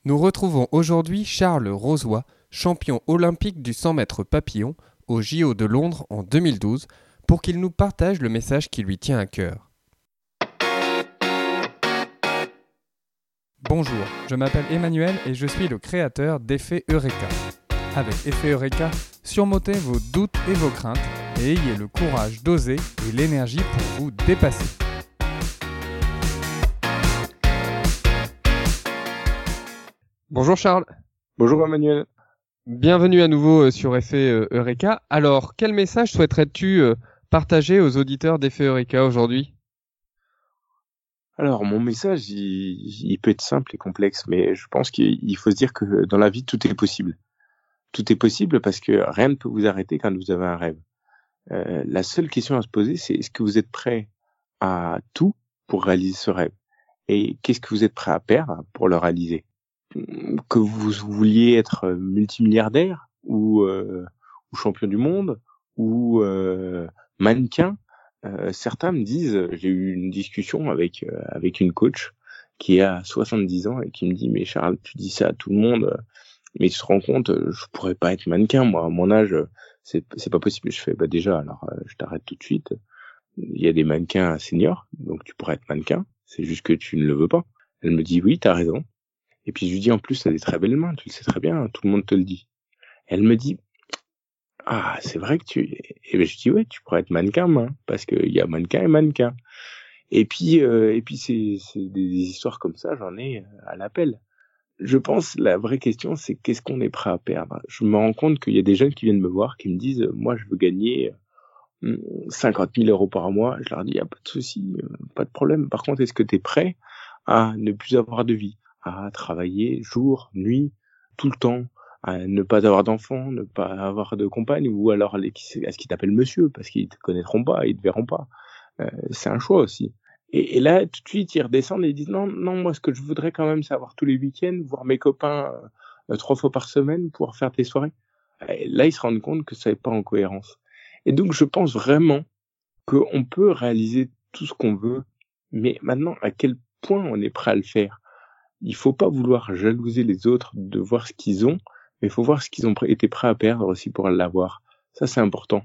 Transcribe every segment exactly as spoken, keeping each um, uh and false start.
Nous retrouvons aujourd'hui Charles Rozoy, champion olympique du cent mètres papillon aux J O de Londres en deux mille douze, pour qu'il nous partage le message qui lui tient à cœur. Bonjour, je m'appelle Emmanuel et je suis le créateur d'Effet Eureka. Avec Effet Eureka, surmontez vos doutes et vos craintes et ayez le courage d'oser et l'énergie pour vous dépasser. Bonjour Charles. Bonjour Emmanuel. Bienvenue à nouveau sur Effet Eureka. Alors, quel message souhaiterais-tu partager aux auditeurs d'Effet Eureka aujourd'hui ? Alors, mon message, il, il peut être simple et complexe, mais je pense qu'il faut se dire que dans la vie, tout est possible. Tout est possible parce que rien ne peut vous arrêter quand vous avez un rêve. Euh, la seule question à se poser, c'est est-ce que vous êtes prêt à tout pour réaliser ce rêve ? Et qu'est-ce que vous êtes prêt à perdre pour le réaliser ? Que vous vouliez être multimilliardaire ou, euh, ou champion du monde ou euh, mannequin, euh, certains me disent, j'ai eu une discussion avec euh, avec une coach qui a soixante-dix ans et qui me dit mais Charles, tu dis ça à tout le monde, mais tu te rends compte, je pourrais pas être mannequin, moi à mon âge, c'est c'est pas possible. Je fais bah déjà alors je t'arrête tout de suite. Il y a des mannequins seniors, donc tu pourrais être mannequin, c'est juste que tu ne le veux pas. Elle me dit oui, t'as raison. Et puis je lui dis en plus, t'as des très belles mains, tu le sais très bien, tout le monde te le dit. Elle me dit, ah c'est vrai que tu... Et ben je dis ouais, tu pourrais être mannequin, main, parce qu'il y a mannequin et mannequin. Et puis euh, et puis c'est c'est des, des histoires comme ça, j'en ai à l'appel. Je pense la vraie question c'est qu'est-ce qu'on est prêt à perdre. Je me rends compte qu'il y a des jeunes qui viennent me voir, qui me disent moi je veux gagner cinquante mille euros par mois. Je leur dis y a pas de souci, pas de problème. Par contre est-ce que t'es prêt à ne plus avoir de vie? À travailler jour, nuit, tout le temps, à ne pas avoir d'enfants, ne pas avoir de compagne, ou alors à ce qu'ils t'appellent monsieur, parce qu'ils te connaîtront pas, ils te verront pas. Euh, c'est un choix aussi. Et, et là, tout de suite, ils redescendent et ils disent non, non, moi, ce que je voudrais quand même, c'est avoir tous les week-ends, voir mes copains euh, trois fois par semaine, pouvoir faire des soirées. Et là, ils se rendent compte que ça n'est pas en cohérence. Et donc, je pense vraiment qu'on peut réaliser tout ce qu'on veut, mais maintenant, à quel point on est prêt à le faire? Il faut pas vouloir jalouser les autres de voir ce qu'ils ont, mais il faut voir ce qu'ils ont été prêts à perdre aussi pour l'avoir. Ça, c'est important.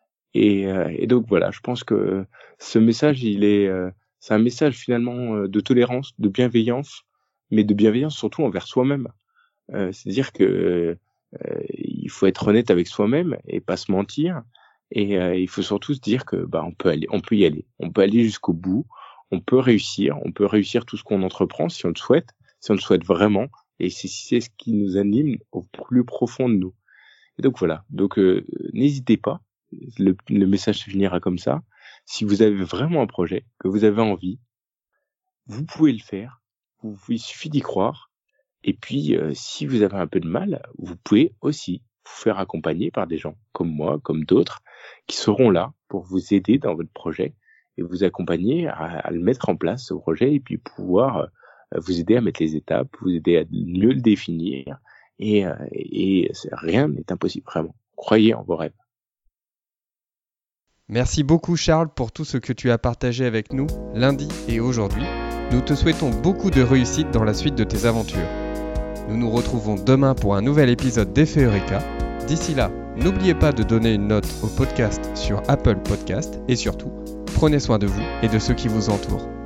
Et, euh, et donc voilà, je pense que ce message, il est, euh, c'est un message finalement de tolérance, de bienveillance, mais de bienveillance surtout envers soi-même. Euh, c'est-à-dire que euh, il faut être honnête avec soi-même et pas se mentir. Et euh, il faut surtout se dire que bah on peut aller, on peut y aller, on peut aller jusqu'au bout, on peut réussir, on peut réussir tout ce qu'on entreprend si on le souhaite. Si on le souhaite vraiment, et c'est, c'est ce qui nous anime au plus profond de nous. Et donc voilà, donc euh, n'hésitez pas, le, le message se finira comme ça. Si vous avez vraiment un projet, que vous avez envie, vous pouvez le faire, vous, il suffit d'y croire, et puis euh, si vous avez un peu de mal, vous pouvez aussi vous faire accompagner par des gens comme moi, comme d'autres, qui seront là pour vous aider dans votre projet, et vous accompagner à, à le mettre en place, ce projet, et puis pouvoir... Euh, vous aider à mettre les étapes, vous aider à mieux le définir, et, et rien n'est impossible, vraiment. Croyez en vos rêves. Merci beaucoup Charles pour tout ce que tu as partagé avec nous lundi et aujourd'hui. Nous te souhaitons beaucoup de réussite dans la suite de tes aventures. Nous nous retrouvons demain pour un nouvel épisode d'Effet Eureka. D'ici là, n'oubliez pas de donner une note au podcast sur Apple Podcast et surtout, prenez soin de vous et de ceux qui vous entourent.